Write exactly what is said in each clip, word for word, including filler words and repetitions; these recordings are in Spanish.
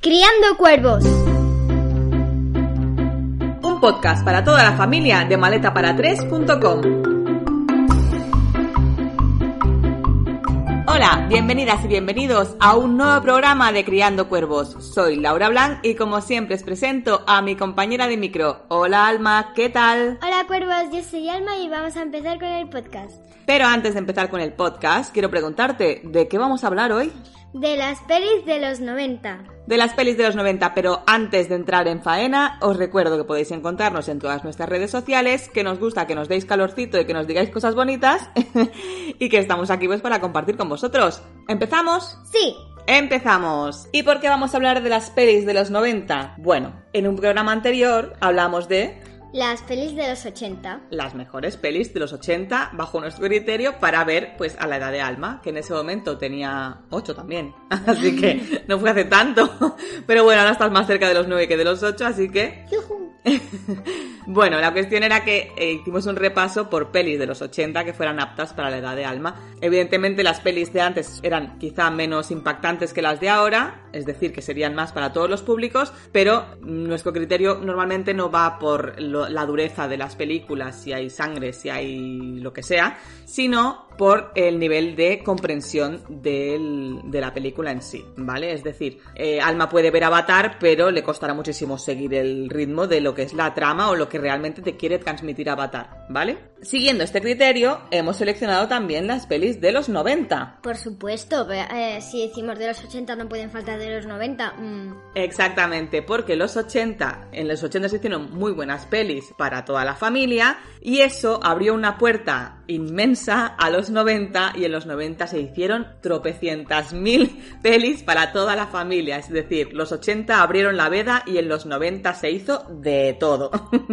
Criando Cuervos. Un podcast para toda la familia de maleta para tres punto com. Hola, bienvenidas y bienvenidos a un nuevo programa de Criando Cuervos. Soy Laura Blanc y como siempre os presento a mi compañera de micro. Hola Alma, ¿qué tal? Hola Cuervos, yo soy Alma y vamos a empezar con el podcast. Pero antes de empezar con el podcast, quiero preguntarte, ¿de qué vamos a hablar hoy? De las pelis de los noventa. De las pelis de los noventa, pero antes de entrar en faena, os recuerdo que podéis encontrarnos en todas nuestras redes sociales, que nos gusta que nos deis calorcito y que nos digáis cosas bonitas, y que estamos aquí pues para compartir con vosotros. ¿Empezamos? Sí. ¡Empezamos! ¿Y por qué vamos a hablar de las pelis de los noventa? Bueno, en un programa anterior hablamos de... las pelis de los ochenta. Las mejores pelis de los ochenta, bajo nuestro criterio, para ver pues a la edad de Alma, que en ese momento tenía ocho también. Así que no fue hace tanto. Pero bueno, ahora estás más cerca de los nueve que de los ocho, así que... Bueno, la cuestión era que eh, hicimos un repaso por pelis de los ochenta que fueran aptas para la edad de Alma. Evidentemente las pelis de antes eran quizá menos impactantes que las de ahora, es decir, que serían más para todos los públicos, pero nuestro criterio normalmente no va por lo, la dureza de las películas, si hay sangre, si hay lo que sea, sino por el nivel de comprensión del, de la película en sí, ¿vale? Es decir, eh, Alma puede ver Avatar, pero le costará muchísimo seguir el ritmo de lo que es la trama o lo que realmente te quiere transmitir Avatar, ¿vale? Siguiendo este criterio, hemos seleccionado también las pelis de los noventa. Por supuesto, eh, si decimos de los ochenta no pueden faltar de los noventa. Mm. Exactamente, porque los ochenta, en los ochenta se hicieron muy buenas pelis para toda la familia y eso abrió una puerta inmensa a los noventa y en los noventa se hicieron tropecientas mil pelis para toda la familia. Es decir, los ochenta abrieron la veda y en los noventa se hizo de todo.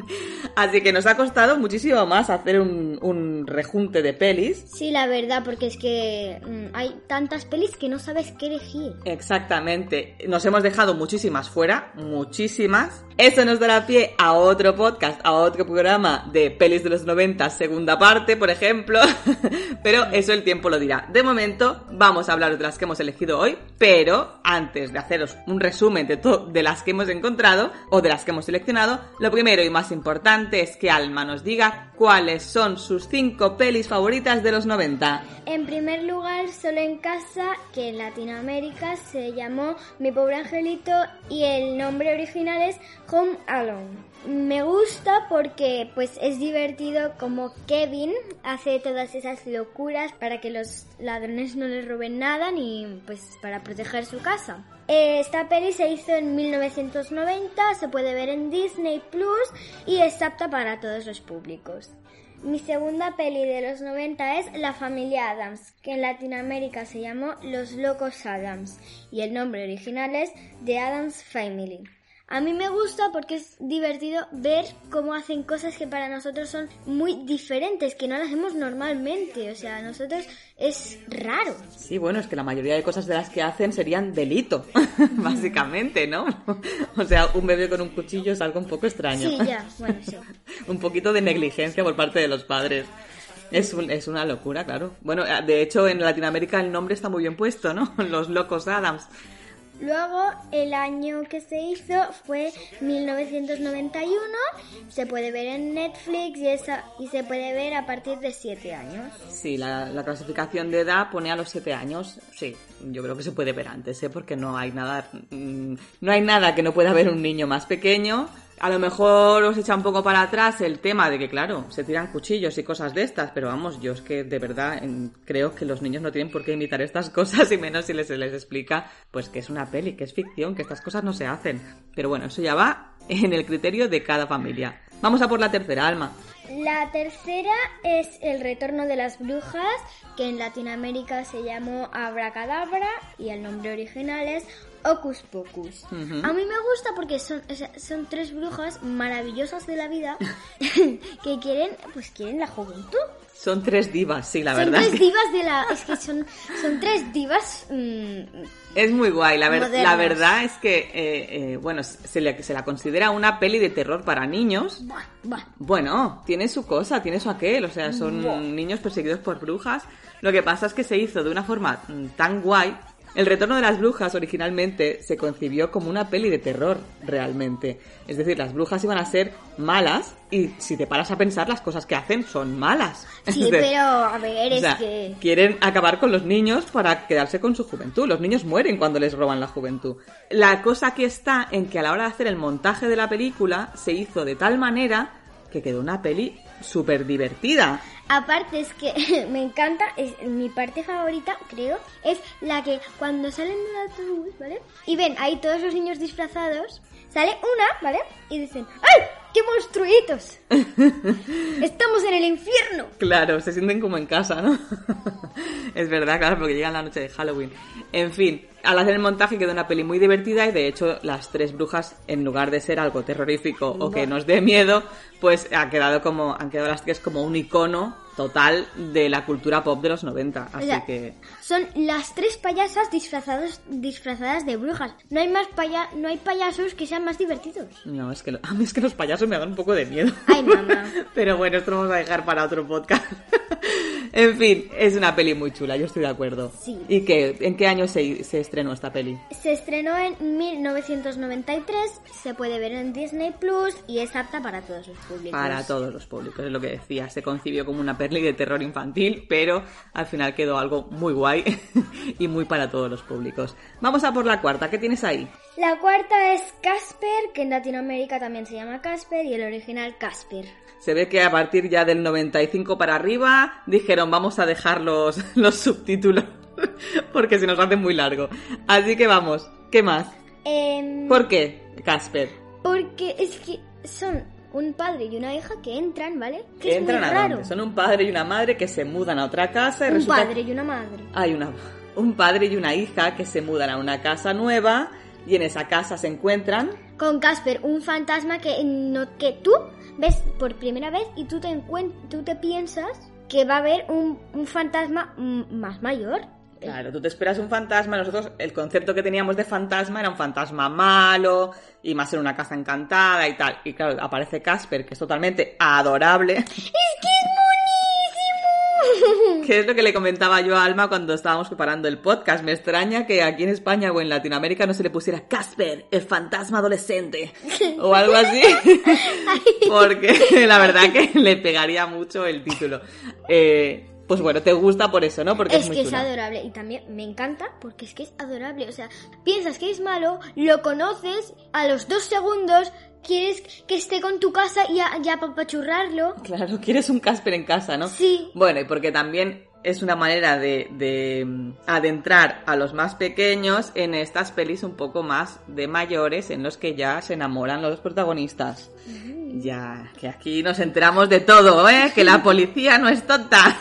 Así que nos ha costado muchísimo más hacer un, un rejunte de pelis. Sí, la verdad, porque es que mmm, hay tantas pelis que no sabes qué elegir. Exactamente. Nos hemos dejado muchísimas fuera, muchísimas. Eso nos dará pie a otro podcast, a otro programa de pelis de los noventa, segunda parte, por ejemplo. Pero eso el tiempo lo dirá. De momento vamos a hablar de las que hemos elegido hoy, pero antes de haceros un resumen de, to- de las que hemos encontrado o de las que hemos seleccionado, lo primero y más importante es que Alma nos diga cuáles son sus cinco pelis favoritas de los noventa. En primer lugar, Solo en casa, que en Latinoamérica se llamó Mi pobre angelito y el nombre original es Home Alone. Me gusta porque pues es divertido como Kevin hace todas esas locuras para que los ladrones no le roben nada ni pues para proteger su casa. Esta peli se hizo en mil novecientos noventa, se puede ver en Disney Plus y es apta para todos los públicos. Mi segunda peli de los noventa es La familia Addams, que en Latinoamérica se llamó Los locos Addams y el nombre original es The Addams Family. A mí me gusta porque es divertido ver cómo hacen cosas que para nosotros son muy diferentes, que no las hacemos normalmente, o sea, a nosotros es raro. Sí, bueno, es que la mayoría de cosas de las que hacen serían delito, básicamente, ¿no? O sea, un bebé con un cuchillo es algo un poco extraño. Sí, ya, bueno, sí. Un poquito de negligencia por parte de los padres. Es, un, es una locura, claro. Bueno, de hecho, en Latinoamérica el nombre está muy bien puesto, ¿no? Los locos Addams. Luego, el año que se hizo fue mil novecientos noventa y uno, se puede ver en Netflix y, esa, y se puede ver a partir de siete años. Sí, la, la clasificación de edad pone a los siete años, sí, yo creo que se puede ver antes, ¿eh? Porque no hay nada, mmm, no hay nada que no pueda ver un niño más pequeño. A lo mejor os echa un poco para atrás el tema de que, claro, se tiran cuchillos y cosas de estas, pero vamos, yo es que de verdad creo que los niños no tienen por qué imitar estas cosas y menos si les, les explica pues que es una peli, que es ficción, que estas cosas no se hacen. Pero bueno, eso ya va en el criterio de cada familia. Vamos a por la tercera, Alma. La tercera es El retorno de las brujas, que en Latinoamérica se llamó Abracadabra y el nombre original es Hocus Pocus. Uh-huh. A mí me gusta porque son, son tres brujas maravillosas de la vida que quieren, pues quieren la juventud. Son tres divas, sí, la son verdad. Son tres que... divas de la... Es que son, son tres divas... Mmm, es muy guay, la, ver... la verdad es que, eh, eh, bueno, se, le, se la considera una peli de terror para niños. Buah, buah. Bueno, tiene su cosa, tiene su aquel, o sea, son buah. niños perseguidos por brujas. Lo que pasa es que se hizo de una forma tan guay El retorno de las brujas originalmente se concibió como una peli de terror, realmente. Es decir, las brujas iban a ser malas y si te paras a pensar, las cosas que hacen son malas. Sí, pero a ver, es o sea, que... quieren acabar con los niños para quedarse con su juventud. Los niños mueren cuando les roban la juventud. La cosa aquí está en que a la hora de hacer el montaje de la película se hizo de tal manera que quedó una peli súper divertida. Aparte es que me encanta, es mi parte favorita, creo, es la que cuando salen del autobús, ¿vale? Y ven ahí todos los niños disfrazados, sale una, ¿vale? Y dicen, ¡ay! ¡Qué monstruitos! ¡Estamos en el infierno! Claro, se sienten como en casa, ¿no? Es verdad, claro, porque llegan la noche de Halloween. En fin, al hacer el montaje quedó una peli muy divertida y de hecho las tres brujas, en lugar de ser algo terrorífico o que nos dé miedo, pues ha quedado como, han quedado las tres como un icono total de la cultura pop de los noventa. Así o sea, que... son las tres payasas disfrazadas disfrazadas de brujas. No hay más paya, no hay payasos que sean más divertidos. No, es que lo, a mí es que los payasos me dan un poco de miedo. Ay, mamá. Pero bueno, esto lo vamos a dejar para otro podcast. En fin, es una peli muy chula, yo estoy de acuerdo. Sí. ¿Y qué? ¿En qué año se, se estrenó esta peli? Se estrenó en mil novecientos noventa y tres, se puede ver en Disney Plus y es apta para todos los públicos. Para todos los públicos, es lo que decía. Se concibió como una peli de terror infantil, pero al final quedó algo muy guay y muy para todos los públicos. Vamos a por la cuarta, ¿qué tienes ahí? La cuarta es Casper, que en Latinoamérica también se llama Casper, y el original Casper. Se ve que a partir ya del noventa y cinco para arriba dijeron vamos a dejar los, los subtítulos porque se nos hace muy largo. Así que vamos, ¿qué más? Eh, ¿Por qué Casper? Porque es que son un padre y una hija que entran, ¿vale? Que es ¿Entran muy a raro. dónde? Son un padre y una madre que se mudan a otra casa. Y un resulta padre y una madre. Hay una, un padre y una hija que se mudan a una casa nueva y en esa casa se encuentran... Con Casper, un fantasma que, no, que tú ves por primera vez y tú te, encuent- tú te piensas que va a haber un, un fantasma m- más mayor. Claro, tú te esperas un fantasma. Nosotros el concepto que teníamos de fantasma era un fantasma malo y más en una casa encantada y tal. Y claro, aparece Casper, que es totalmente adorable. ¡Es que es buenísimo! Que es lo que le comentaba yo a Alma cuando estábamos preparando el podcast. Me extraña que aquí en España o en Latinoamérica no se le pusiera Casper, el fantasma adolescente o algo así. Porque la verdad que le pegaría mucho el título. Eh... Pues bueno, te gusta por eso, ¿no? Porque es, es muy que chula. Es adorable y también me encanta porque es que es adorable. O sea, piensas que es malo, lo conoces, a los dos segundos quieres que esté con tu casa y a, y a apapachurrarlo. Claro, quieres un Casper en casa, ¿no? Sí. Bueno, y porque también es una manera de, de adentrar a los más pequeños en estas pelis un poco más de mayores en los que ya se enamoran los protagonistas. Mm. Ya, que aquí nos enteramos de todo, ¿eh? Que la policía no es tonta.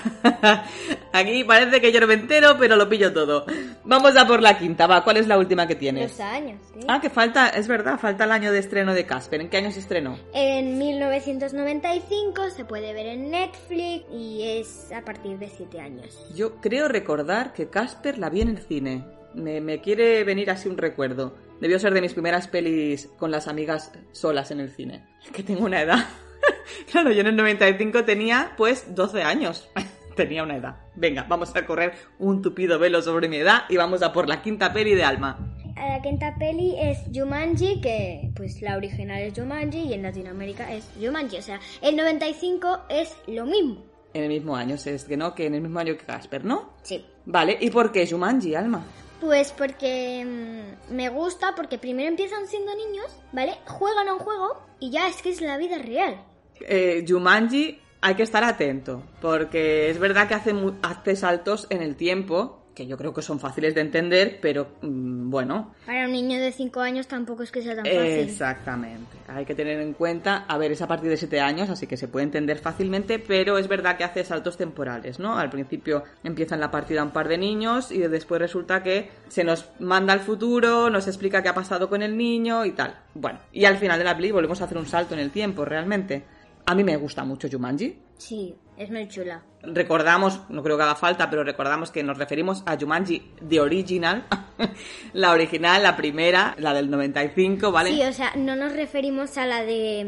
Aquí parece que yo no me entero, pero lo pillo todo. Vamos a por la quinta, va. ¿Cuál es la última que tienes? Los años, sí. Ah, que falta, es verdad, falta el año de estreno de Casper. ¿En qué año se estrenó? En mil novecientos noventa y cinco, se puede ver en Netflix y es a partir de siete años. Yo creo recordar que Casper la vi en el cine. Me, me quiere venir así un recuerdo. Debió ser de mis primeras pelis con las amigas solas en el cine. Es que tengo una edad. Claro, yo en el noventa y cinco tenía, pues, doce años. Tenía una edad. Venga, vamos a correr un tupido velo sobre mi edad y vamos a por la quinta peli de Alma. La quinta peli es Jumanji, que pues la original es Jumanji y en Latinoamérica es Jumanji. O sea, el noventa y cinco es lo mismo. En el mismo año, es que no, que en el mismo año que Casper, ¿no? Sí. Vale, ¿y por qué Jumanji, Alma? Pues porque mmm, me gusta, porque primero empiezan siendo niños, ¿vale? Juegan a un juego y ya es que es la vida real. Eh, Jumanji hay que estar atento, porque es verdad que hace, hace saltos en el tiempo, que yo creo que son fáciles de entender, pero mmm, bueno. Para un niño de cinco años tampoco es que sea tan fácil. Exactamente. Hay que tener en cuenta, a ver, es a partir de siete años, así que se puede entender fácilmente, pero es verdad que hace saltos temporales, ¿no? Al principio empiezan la partida un par de niños y después resulta que se nos manda al futuro, nos explica qué ha pasado con el niño y tal. Bueno, y al final de la peli volvemos a hacer un salto en el tiempo, realmente. A mí me gusta mucho Jumanji. Sí, es muy chula. Recordamos, no creo que haga falta, pero recordamos que nos referimos a Jumanji The Original, la original, la primera, la del noventa y cinco, ¿vale? Sí, o sea, no nos referimos a la de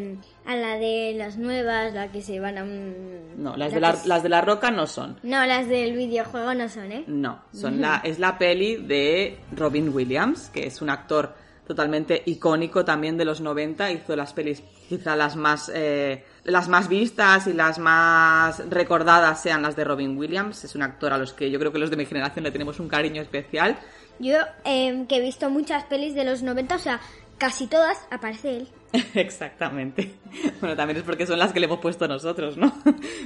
a la de las nuevas, la que se van a un... No, las la de la, que... las de la Roca no son. No, las del videojuego no son, ¿eh? No, son la, es la peli de Robin Williams, que es un actor totalmente icónico también de los noventa, hizo las pelis quizá las más eh, las más vistas y las más recordadas sean las de Robin Williams. Es un actor a los que yo creo que los de mi generación le tenemos un cariño especial. Yo eh, que he visto muchas pelis de los noventa, o sea, casi todas, aparece él. Exactamente. Bueno, también es porque son las que le hemos puesto nosotros, ¿no?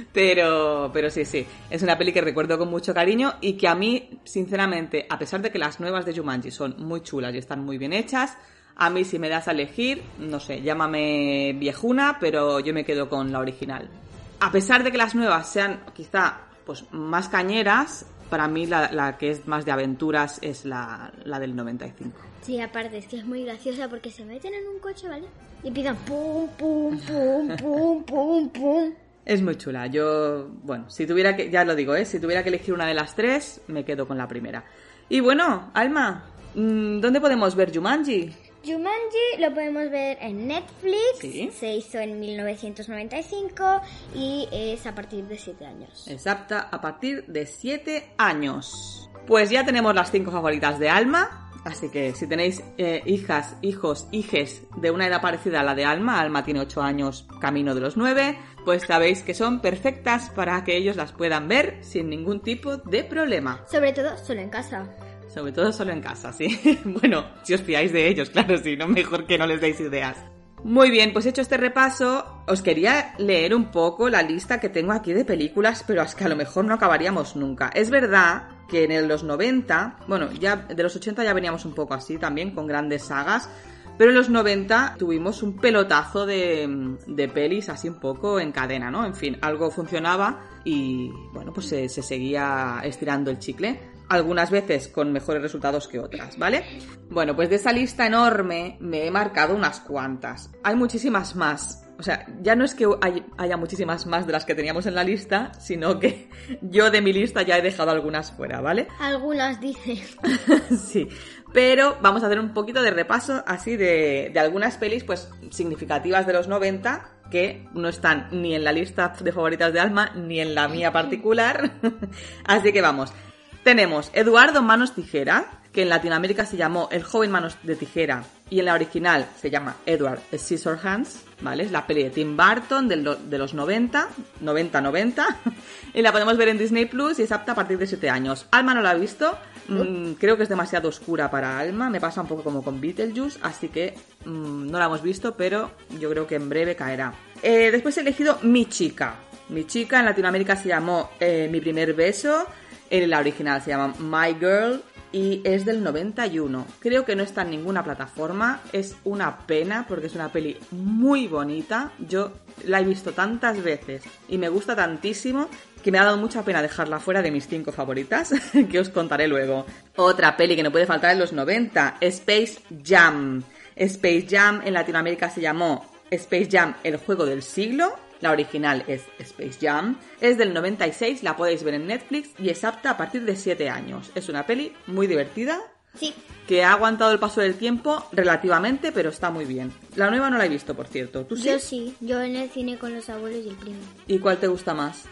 Pero, pero sí, sí. Es una peli que recuerdo con mucho cariño y que a mí, sinceramente, a pesar de que las nuevas de Jumanji son muy chulas y están muy bien hechas, a mí si me das a elegir, no sé, llámame viejuna, pero yo me quedo con la original. A pesar de que las nuevas sean quizá pues más cañeras, para mí la, la que es más de aventuras es la, la del noventa y cinco. Sí, aparte, es que es muy graciosa porque se meten en un coche, ¿vale? Y empiezan pum, pum, pum, pum, pum, pum. Es muy chula. Yo, bueno, si tuviera que, ya lo digo, ¿eh? Si tuviera que elegir una de las tres, me quedo con la primera. Y bueno, Alma, ¿dónde podemos ver Jumanji? Jumanji lo podemos ver en Netflix, ¿Sí? Se hizo en mil novecientos noventa y cinco y es a partir de siete años. Es apta a partir de siete años. Pues ya tenemos las cinco favoritas de Alma. Así que si tenéis eh, hijas, hijos, hijes de una edad parecida a la de Alma, Alma tiene ocho años, camino de los nueve, pues sabéis que son perfectas para que ellos las puedan ver sin ningún tipo de problema. Sobre todo solo en casa. Sobre todo solo en casa, sí. Bueno, si os fiáis de ellos, claro, sí, no mejor que no les deis ideas. Muy bien, pues hecho este repaso, os quería leer un poco la lista que tengo aquí de películas, pero es que a lo mejor no acabaríamos nunca. Es verdad que en los noventa, bueno, ya de los ochenta ya veníamos un poco así también, con grandes sagas, pero en los noventa tuvimos un pelotazo de, de pelis así un poco en cadena, ¿no? En fin, algo funcionaba y, bueno, pues se, se seguía estirando el chicle. Algunas veces con mejores resultados que otras, ¿vale? Bueno, pues de esa lista enorme me he marcado unas cuantas. Hay muchísimas más. O sea, ya no es que hay, haya muchísimas más de las que teníamos en la lista, sino que yo de mi lista ya he dejado algunas fuera, ¿vale? Algunas dice. Sí, pero vamos a hacer un poquito de repaso así de, de algunas pelis pues significativas de los noventa que no están ni en la lista de favoritas de Alma ni en la mía particular. Así que vamos. Tenemos Eduardo Manos Tijera, que en Latinoamérica se llamó El joven Manos de Tijera y en la original se llama Edward Scissorhands, ¿vale? Es la peli de Tim Burton del, de los noventa, noventa noventa, y la podemos ver en Disney Plus y es apta a partir de siete años. Alma no la ha visto, mm, creo que es demasiado oscura para Alma, me pasa un poco como con Beetlejuice, así que mm, no la hemos visto, pero yo creo que en breve caerá. Eh, después he elegido Mi Chica. Mi Chica en Latinoamérica se llamó eh, Mi Primer Beso. En la original se llama My Girl y es del noventa y uno. Creo que no está en ninguna plataforma. Es una pena porque es una peli muy bonita. Yo la he visto tantas veces y me gusta tantísimo que me ha dado mucha pena dejarla fuera de mis cinco favoritas, que os contaré luego. Otra peli que no puede faltar en los noventa, Space Jam. Space Jam en Latinoamérica se llamó Space Jam, el juego del siglo. La original es Space Jam, es del noventa y seis, la podéis ver en Netflix y es apta a partir de siete años. Es una peli muy divertida, sí, que ha aguantado el paso del tiempo relativamente, pero está muy bien. La nueva no la he visto, por cierto. ¿Tú sí? Yo sí, yo en el cine con los abuelos y el primo. ¿Y cuál te gusta más?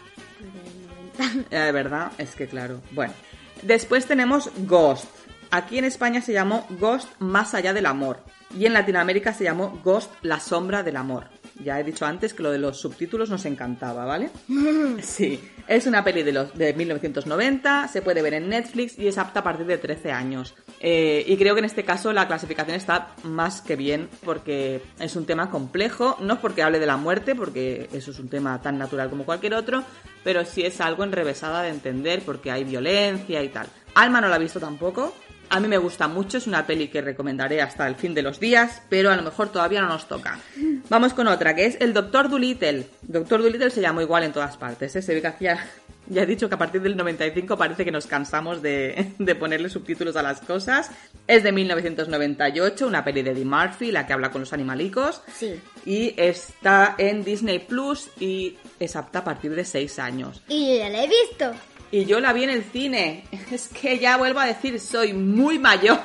El del noventa. Eh, ¿Verdad? Es que claro. Bueno, después tenemos Ghost. Aquí en España se llamó Ghost Más allá del amor y en Latinoamérica se llamó Ghost La sombra del amor. Ya he dicho antes que lo de los subtítulos nos encantaba, ¿vale? Sí, es una peli de, los, de mil novecientos noventa, se puede ver en Netflix y es apta a partir de trece años. Eh, y creo que en este caso la clasificación está más que bien porque es un tema complejo, no es porque hable de la muerte, porque eso es un tema tan natural como cualquier otro, pero sí es algo enrevesada de entender porque hay violencia y tal. Alma no la ha visto tampoco. A mí me gusta mucho, es una peli que recomendaré hasta el fin de los días, pero a lo mejor todavía no nos toca. Vamos con otra, que es el Doctor Dolittle. Doctor Dolittle se llamó igual en todas partes, ¿eh? Se ve que aquí ya, ya he dicho que a partir del noventa y cinco parece que nos cansamos de, de ponerle subtítulos a las cosas. Es de mil novecientos noventa y ocho, una peli de Eddie Murphy, la que habla con los animalicos. Sí. Y está en Disney Plus y es apta a partir de seis años. Y yo ya la he visto. y yo la vi en el cine. Es que ya vuelvo a decir, soy muy mayor.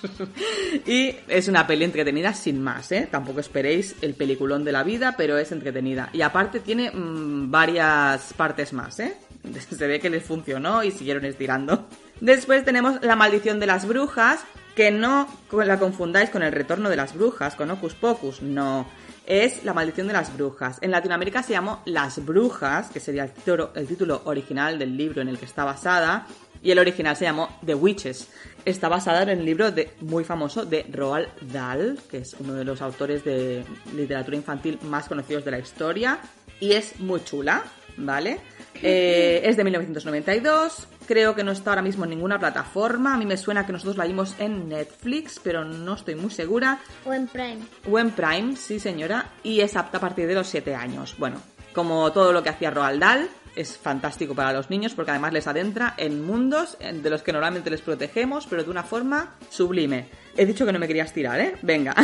Y es una peli entretenida sin más, ¿eh? Tampoco esperéis el peliculón de la vida, pero es entretenida. Y aparte tiene mmm, varias partes más, ¿eh? Se ve que les funcionó y siguieron estirando. Después tenemos La maldición de las brujas, que no la confundáis con El retorno de las brujas, con Hocus Pocus, no. Es La maldición de las brujas. En Latinoamérica se llamó Las brujas, que sería el título, el título original del libro en el que está basada, y el original se llamó The Witches. Está basada en el libro de, muy famoso de Roald Dahl, que es uno de los autores de literatura infantil más conocidos de la historia, y es muy chula, ¿vale? Eh, es de mil novecientos noventa y dos, creo que no está ahora mismo en ninguna plataforma. A mí me suena que nosotros la vimos en Netflix, pero no estoy muy segura. O en Prime. O en Prime, sí señora, y es apta a partir de los siete años. Bueno, como todo lo que hacía Roald Dahl, es fantástico para los niños porque además les adentra en mundos de los que normalmente les protegemos, pero de una forma sublime. He dicho que no me querías tirar, ¿eh? Venga.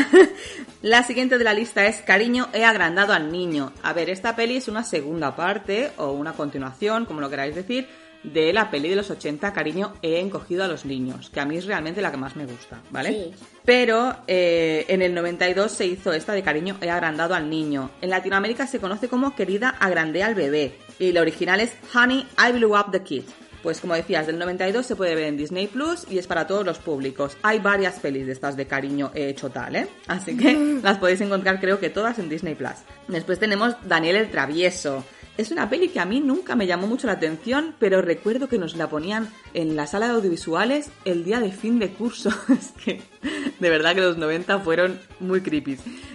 La siguiente de la lista es Cariño, he agrandado al niño. A ver, esta peli es una segunda parte o una continuación, como lo queráis decir, de la peli de los ochenta, Cariño, he encogido a los niños, que a mí es realmente la que más me gusta, ¿vale? Sí. Pero eh, en el noventa y dos se hizo esta de Cariño, he agrandado al niño. En Latinoamérica se conoce como Querida, agrandé al bebé. Y la original es Honey, I blew up the kid. Pues como decías, del noventa y dos se puede ver en Disney Plus y es para todos los públicos. Hay varias pelis de estas de Cariño he hecho tal, ¿eh? Así que las podéis encontrar creo que todas en Disney Plus. Después tenemos Daniel el Travieso. Es una peli que a mí nunca me llamó mucho la atención, pero recuerdo que nos la ponían en la sala de audiovisuales el día de fin de curso. Es que de verdad que los noventa fueron muy creepy.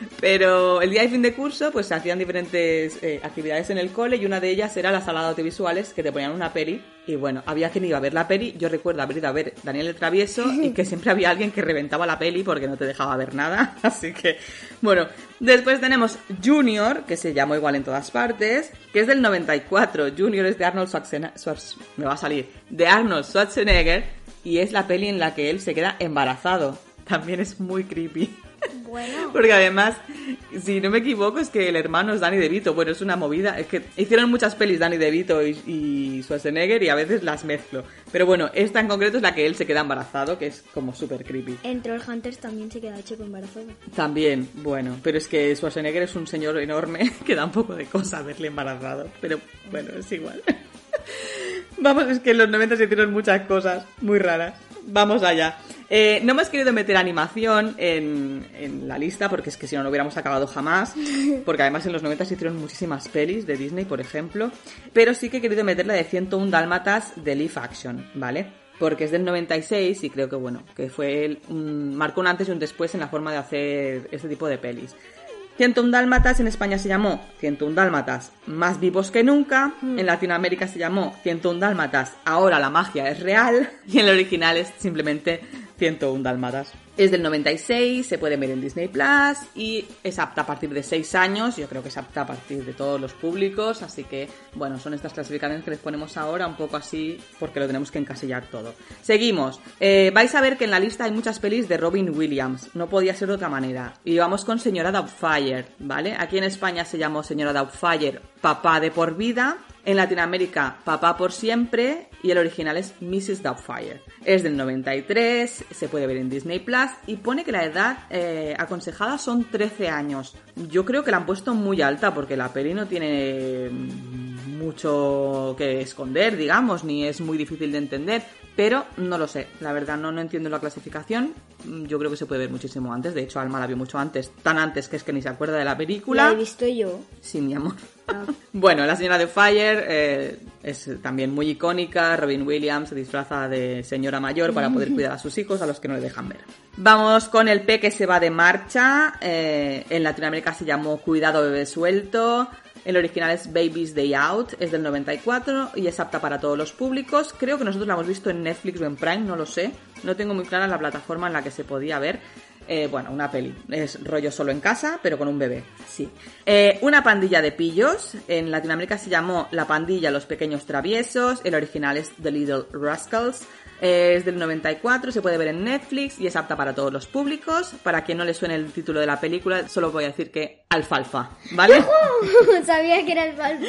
Pero el día de fin de curso pues se hacían diferentes eh, actividades en el cole y una de ellas era la sala de audiovisuales que te ponían una peli y bueno, había quien iba a ver la peli. Yo recuerdo haber ido a ver Daniel el Travieso y que siempre había alguien que reventaba la peli porque no te dejaba ver nada. Así que, bueno, después tenemos Junior, que se llamó igual en todas partes, que es del noventa y cuatro. Junior es de Arnold Schwarzenegger, Schwarz... me va a salir, de Arnold Schwarzenegger y es la peli en la que él se queda embarazado. También es muy creepy. Bueno. Porque además, si no me equivoco, es que el hermano es Danny DeVito. Bueno, es una movida. Es que hicieron muchas pelis Danny DeVito y, y Schwarzenegger y a veces las mezclo. Pero bueno, esta en concreto es la que él se queda embarazado, que es como súper creepy. En Trollhunters también se queda chico embarazado. También, bueno. Pero es que Schwarzenegger es un señor enorme que da un poco de cosa verle embarazado. Pero bueno, es igual. Vamos, es que en los noventa se hicieron muchas cosas muy raras. Vamos allá. Eh, no hemos querido meter animación en, en la lista porque es que si no, no hubiéramos acabado jamás. Porque además en los noventa se hicieron muchísimas pelis de Disney, por ejemplo. Pero sí que he querido meter la de ciento uno Dálmatas de live action, ¿vale? Porque es del noventa y seis y creo que, bueno, que fue el, un, marcó un antes y un después en la forma de hacer este tipo de pelis. ciento uno Dálmatas en España se llamó ciento uno Dálmatas más vivos que nunca. Mm. En Latinoamérica se llamó ciento uno Dálmatas, ahora la magia es real. Y en el original es simplemente ciento uno Dálmatas. Es del noventa y seis, se puede ver en Disney Plus y es apta a partir de seis años. Yo creo que es apta a partir de todos los públicos. Así que, bueno, son estas clasificaciones que les ponemos ahora, un poco así, porque lo tenemos que encasillar todo. Seguimos. Eh, vais a ver que en la lista hay muchas pelis de Robin Williams. No podía ser de otra manera. Y vamos con Señora Doubtfire, ¿vale? Aquí en España se llamó Señora Doubtfire, Papá de por vida. En Latinoamérica, Papá por siempre, y el original es missus Doubtfire. Es del noventa y tres, se puede ver en Disney Plus, y pone que la edad eh, aconsejada son trece años. Yo creo que la han puesto muy alta, porque la peli no tiene mucho que esconder, digamos, ni es muy difícil de entender, pero no lo sé, la verdad no, no entiendo la clasificación. Yo creo que se puede ver muchísimo antes, de hecho Alma la vio mucho antes, tan antes que es que ni se acuerda de la película. La he visto yo. Sí, mi amor. Ah. Bueno, la señora de Fire eh, es también muy icónica. Robin Williams se disfraza de señora mayor para poder cuidar a sus hijos, a los que no le dejan ver. Vamos con El Peque se va de marcha. Eh, en Latinoamérica se llamó Cuidado bebé suelto. El original es Baby's Day Out, es del noventa y cuatro y es apta para todos los públicos. Creo que nosotros la hemos visto en Netflix o en Prime, no lo sé. No tengo muy clara la plataforma en la que se podía ver. Eh, bueno, una peli. Es rollo solo en casa, pero con un bebé. Sí. Eh, una pandilla de pillos. En Latinoamérica se llamó La pandilla Los Pequeños Traviesos. El original es The Little Rascals. Eh, es del noventa y cuatro, se puede ver en Netflix y es apta para todos los públicos. Para quien no le suene el título de la película, solo voy a decir que alfalfa, ¿vale? Sabía que era alfalfa.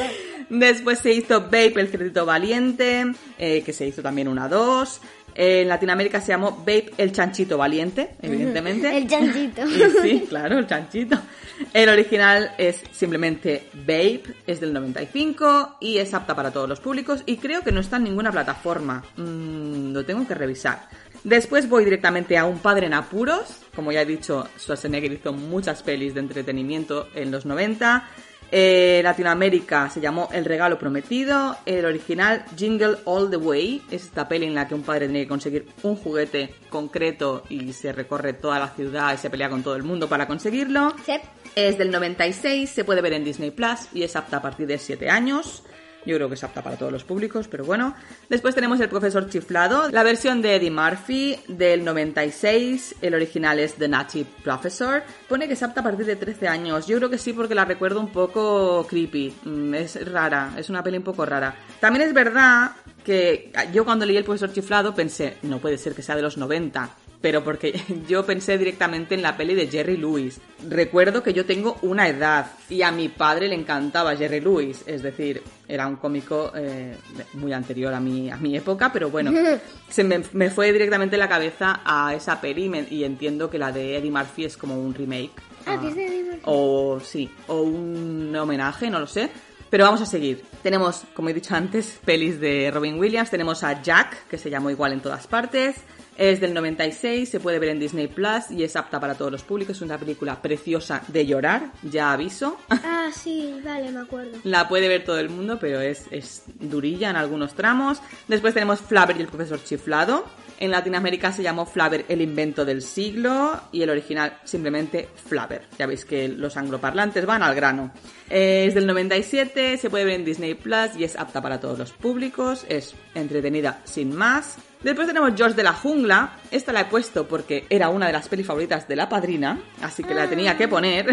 Después se hizo Babe, el cerdito valiente, eh, que se hizo también una dos. En Latinoamérica se llamó Babe, el chanchito valiente, evidentemente. El chanchito. Sí, claro, el chanchito. El original es simplemente Babe, es del noventa y cinco y es apta para todos los públicos y creo que no está en ninguna plataforma. Mm, lo tengo que revisar. Después voy directamente a Un padre en apuros. Como ya he dicho, Schwarzenegger hizo muchas pelis de entretenimiento en los noventa. Eh, Latinoamérica se llamó El regalo prometido. El original Jingle All the Way. Es esta peli en la que un padre tiene que conseguir un juguete concreto y se recorre toda la ciudad y se pelea con todo el mundo para conseguirlo. Sí. Es del noventa y seis, se puede ver en Disney Plus y es apta a partir de siete años. Yo creo que es apta para todos los públicos, pero bueno. Después tenemos El profesor chiflado, la versión de Eddie Murphy del noventa y seis. El original es The Nutty Professor. Pone que es apta a partir de trece años. Yo creo que sí, porque la recuerdo un poco creepy. Es rara, es una peli un poco rara. También es verdad que yo cuando leí El profesor chiflado pensé, no puede ser que sea de los noventa. Pero porque yo pensé directamente en la peli de Jerry Lewis. Recuerdo que yo tengo una edad y a mi padre le encantaba Jerry Lewis. Es decir, era un cómico eh, muy anterior a mi, a mi época, pero bueno, se me, me fue directamente la cabeza a esa peli y, me, y entiendo que la de Eddie Murphy es como un remake. Ah, que es de Eddie Murphy. O sí, o un homenaje, no lo sé. Pero vamos a seguir. Tenemos, como he dicho antes, pelis de Robin Williams. Tenemos a Jack, que se llamó igual en todas partes. Es del noventa y seis, se puede ver en Disney Plus y es apta para todos los públicos. Es una película preciosa de llorar, ya aviso. Ah, sí, vale, me acuerdo. La puede ver todo el mundo, pero es, es durilla en algunos tramos. Después tenemos Flubber y el profesor chiflado. En Latinoamérica se llamó Flubber, el invento del siglo, y el original simplemente Flubber. Ya veis que los angloparlantes van al grano. Eh, es del noventa y siete, se puede ver en Disney Plus y es apta para todos los públicos. Es entretenida sin más. Después tenemos George de la jungla. Esta la he puesto porque era una de las pelis favoritas de La Padrina, así que la tenía que poner.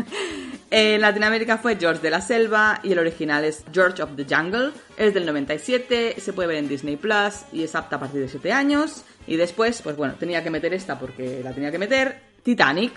En Latinoamérica fue George de la selva y el original es George of the Jungle. Es del noventa y siete, se puede ver en Disney Plus y es apta a partir de siete años. Y después, pues bueno, tenía que meter esta porque la tenía que meter. Titanic.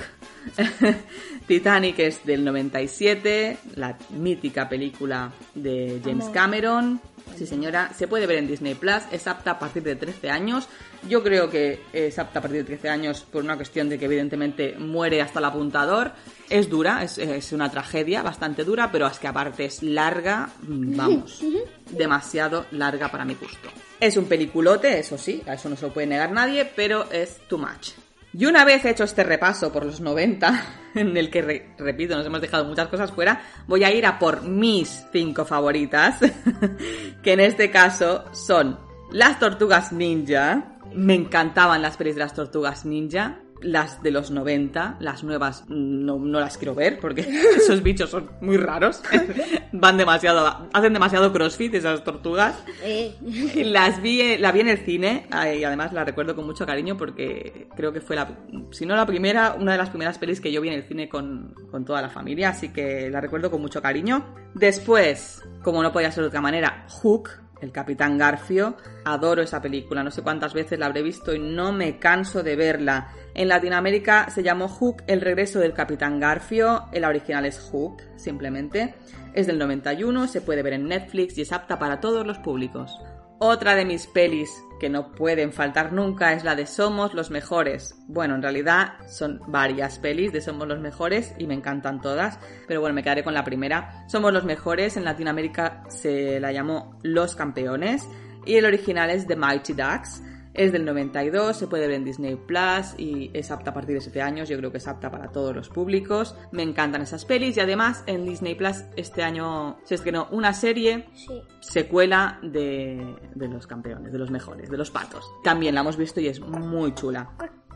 Titanic es del noventa y siete, la mítica película de James Cameron. Sí, señora, se puede ver en Disney Plus, es apta a partir de trece años. Yo creo que es apta a partir de trece años por una cuestión de que evidentemente muere hasta el apuntador. Es dura, es, es una tragedia bastante dura, pero es que aparte es larga, vamos, demasiado larga para mi gusto. Es un peliculote, eso sí, a eso no se lo puede negar nadie, pero es too much. Y una vez hecho este repaso por los noventa, en el que, re, repito, nos hemos dejado muchas cosas fuera, voy a ir a por mis cinco favoritas, que en este caso son Las Tortugas Ninja. Me encantaban las pelis de las Tortugas Ninja. Las de los noventa, las nuevas no, no las quiero ver porque esos bichos son muy raros. Van demasiado, hacen demasiado crossfit esas tortugas. Eh. Las vi, la vi en el cine y además la recuerdo con mucho cariño porque creo que fue la, si no la primera, una de las primeras pelis que yo vi en el cine con, con toda la familia, así que la recuerdo con mucho cariño. Después, como no podía ser de otra manera, Hook, el Capitán Garfio. Adoro esa película, no sé cuántas veces la habré visto y no me canso de verla. En Latinoamérica se llamó Hook, el regreso del Capitán Garfio. La original es Hook, simplemente. Es del noventa y uno, se puede ver en Netflix y es apta para todos los públicos. Otra de mis pelis que no pueden faltar nunca es la de Somos los Mejores. Bueno, en realidad son varias pelis de Somos los Mejores y me encantan todas, pero bueno, me quedaré con la primera. Somos los Mejores, en Latinoamérica se la llamó Los Campeones y el original es The Mighty Ducks. Es del noventa y dos, se puede ver en Disney Plus y es apta a partir de siete años. Yo creo que es apta para todos los públicos. Me encantan esas pelis y además en Disney Plus este año se estrenó una serie, sí, secuela de, de Los Campeones, de los Mejores, de los Patos. También la hemos visto y es muy chula.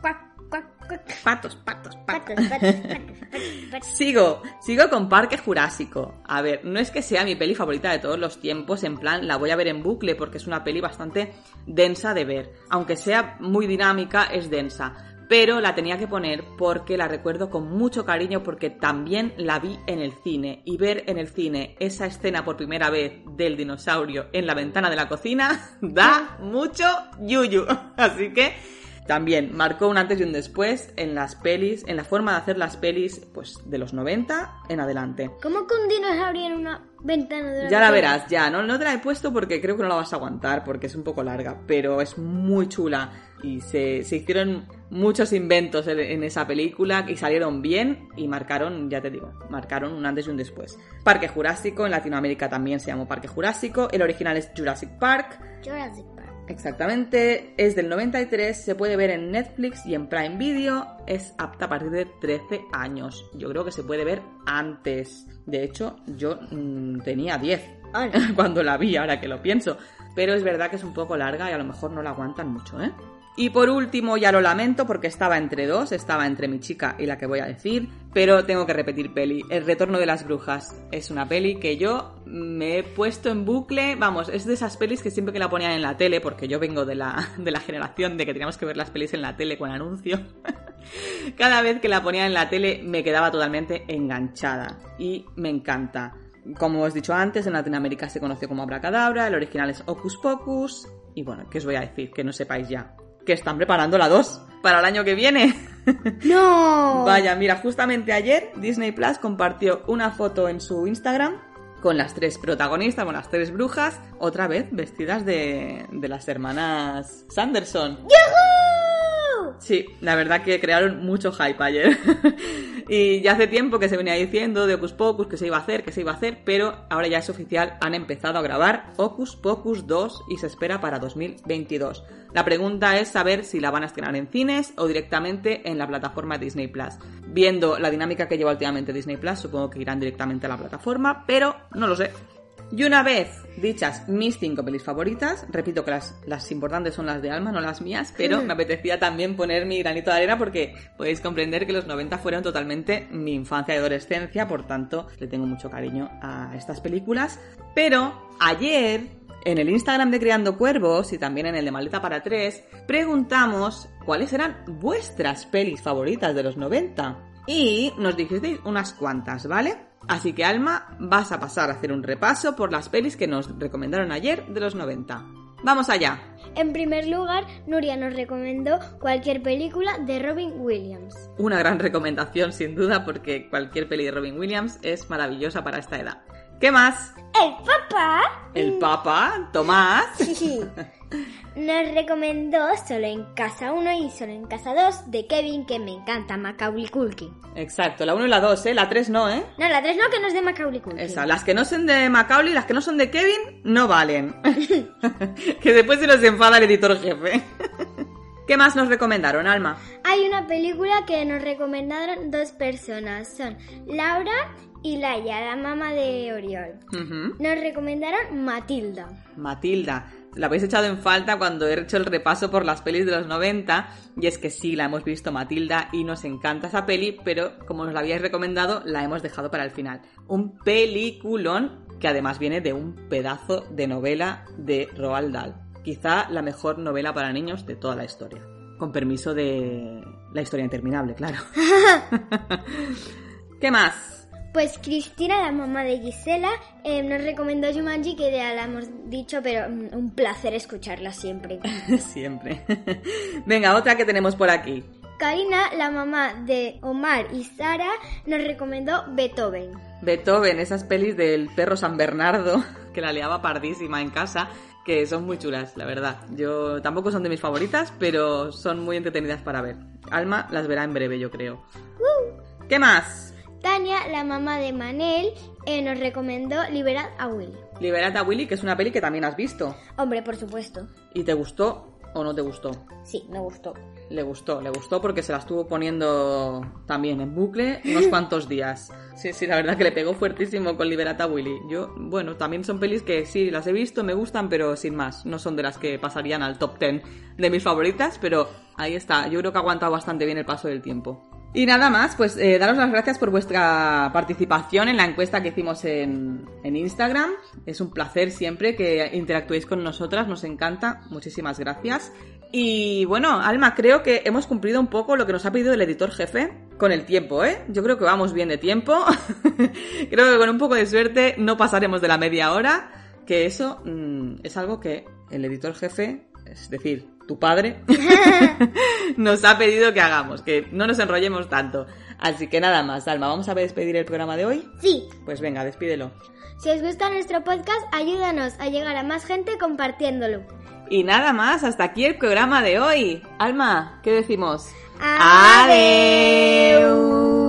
Patos, patos, patos. patos, patos, patos, patos. Sigo, sigo con Parque Jurásico. A ver, no es que sea mi peli favorita de todos los tiempos, en plan, la voy a ver en bucle porque es una peli bastante densa de ver. Aunque sea muy dinámica, es densa. Pero la tenía que poner porque la recuerdo con mucho cariño porque también la vi en el cine. Y ver en el cine esa escena por primera vez del dinosaurio en la ventana de la cocina da mucho yuyu. Así que también marcó un antes y un después en las pelis, en la forma de hacer las pelis pues de los noventa en adelante. ¿Cómo que un dinosaurio en una ventana de la Ya la tele? verás, ya, no, no te la he puesto porque creo que no la vas a aguantar porque es un poco larga, pero es muy chula y se, se hicieron muchos inventos en, en esa película y salieron bien y marcaron, ya te digo, marcaron un antes y un después. Parque Jurásico, en Latinoamérica también se llamó Parque Jurásico, el original es Jurassic Park. Jurassic Park. Exactamente, es del noventa y tres, se puede ver en Netflix y en Prime Video, es apta a partir de trece años. Yo creo que se puede ver antes. De hecho, yo mmm, tenía diez cuando la vi, ahora que lo pienso. Pero es verdad que es un poco larga y a lo mejor no la aguantan mucho, ¿eh? Y por último, ya lo lamento porque estaba entre dos, estaba entre mi chica y la que voy a decir, pero tengo que repetir peli. El Retorno de las Brujas es una peli que yo me he puesto en bucle, vamos, es de esas pelis que siempre que la ponían en la tele, porque yo vengo de la, de la generación de que teníamos que ver las pelis en la tele con anuncio, cada vez que la ponían en la tele me quedaba totalmente enganchada y me encanta. Como os he dicho antes, en Latinoamérica se conoce como Abracadabra, el original es Hocus Pocus, y bueno, ¿qué os voy a decir? Que no sepáis ya. Que están preparando la dos para el año que viene. ¡No! Vaya, mira, justamente ayer Disney Plus compartió una foto en su Instagram con las tres protagonistas, con las tres brujas, otra vez vestidas de, de las hermanas Sanderson. ¡Yahoo! Sí, la verdad que crearon mucho hype ayer. Y ya hace tiempo que se venía diciendo de Hocus Pocus que se iba a hacer, que se iba a hacer, pero ahora ya es oficial, han empezado a grabar Hocus Pocus dos y se espera para dos mil veintidós. La pregunta es saber si la van a estrenar en cines o directamente en la plataforma Disney Plus. Viendo la dinámica que lleva últimamente Disney Plus, supongo que irán directamente a la plataforma, pero no lo sé. Y una vez dichas mis cinco pelis favoritas, repito que las, las importantes son las de Alma, no las mías, pero me apetecía también poner mi granito de arena porque podéis comprender que los noventa fueron totalmente mi infancia y adolescencia, por tanto le tengo mucho cariño a estas películas. Pero ayer, en el Instagram de Criando Cuervos y también en el de Maleta para Tres, preguntamos cuáles eran vuestras pelis favoritas de los noventa. Y nos dijisteis unas cuantas, ¿vale? Así que, Alma, vas a pasar a hacer un repaso por las pelis que nos recomendaron ayer de los noventa. ¡Vamos allá! En primer lugar, Nuria nos recomendó cualquier película de Robin Williams. Una gran recomendación, sin duda, porque cualquier peli de Robin Williams es maravillosa para esta edad. ¿Qué más? ¡El papá! El papá, Tomás. Nos recomendó Solo en Casa uno y Solo en Casa dos de Kevin, que me encanta, Macaulay Culkin. Exacto, la uno y la dos, ¿eh? La tres no, ¿eh? No, la tres no, que no es de Macaulay Culkin. Esa, las que no son de Macaulay, las que no son de Kevin, no valen. Que después se los enfada el editor jefe. ¿Qué más nos recomendaron, Alma? Hay una película que nos recomendaron dos personas, son Laura y Laia, la mamá de Oriol. Uh-huh. Nos recomendaron Matilda. Matilda. La habéis echado en falta cuando he hecho el repaso por las pelis de los noventa, y es que sí, la hemos visto, Matilda, y nos encanta esa peli, pero como nos la habíais recomendado, la hemos dejado para el final. Un peliculón que además viene de un pedazo de novela de Roald Dahl. Quizá la mejor novela para niños de toda la historia. Con permiso de La historia interminable, claro. ¿Qué más? Pues Cristina, la mamá de Gisela, eh, nos recomendó Jumanji, que ya la hemos dicho, pero mm, un placer escucharla siempre. Siempre. Venga, otra que tenemos por aquí. Karina, la mamá de Omar y Sara, nos recomendó Beethoven. Beethoven, esas pelis del perro San Bernardo, que la liaba pardísima en casa, que son muy chulas, la verdad. Yo tampoco son de mis favoritas, pero son muy entretenidas para ver. Alma las verá en breve, yo creo. Uh. ¿Qué más? Tania, la mamá de Manel, eh, nos recomendó Liberad a Willy. Liberad a Willy, que es una peli que también has visto. Hombre, por supuesto. ¿Y te gustó o no te gustó? Sí, me gustó. Le gustó, le gustó porque se la estuvo poniendo también en bucle unos cuantos días. Sí, sí, la verdad que le pegó fuertísimo con Liberad a Willy. Yo, bueno, también son pelis que sí, las he visto, me gustan, pero sin más. No son de las que pasarían al top ten de mis favoritas, pero ahí está. Yo creo que ha aguantado bastante bien el paso del tiempo. Y nada más, pues eh, daros las gracias por vuestra participación en la encuesta que hicimos en, en Instagram. Es un placer siempre que interactuéis con nosotras, nos encanta. Muchísimas gracias. Y bueno, Alma, creo que hemos cumplido un poco lo que nos ha pedido el editor jefe con el tiempo, ¿eh? Yo creo que vamos bien de tiempo. Creo que con un poco de suerte no pasaremos de la media hora, que eso mmm, es algo que el editor jefe, es decir, tu padre, nos ha pedido que hagamos, que no nos enrollemos tanto. Así que nada más, Alma, ¿vamos a despedir el programa de hoy? Sí. Pues venga, despídelo. Si os gusta nuestro podcast, ayúdanos a llegar a más gente compartiéndolo. Y nada más, hasta aquí el programa de hoy. Alma, ¿qué decimos? ¡Adeu!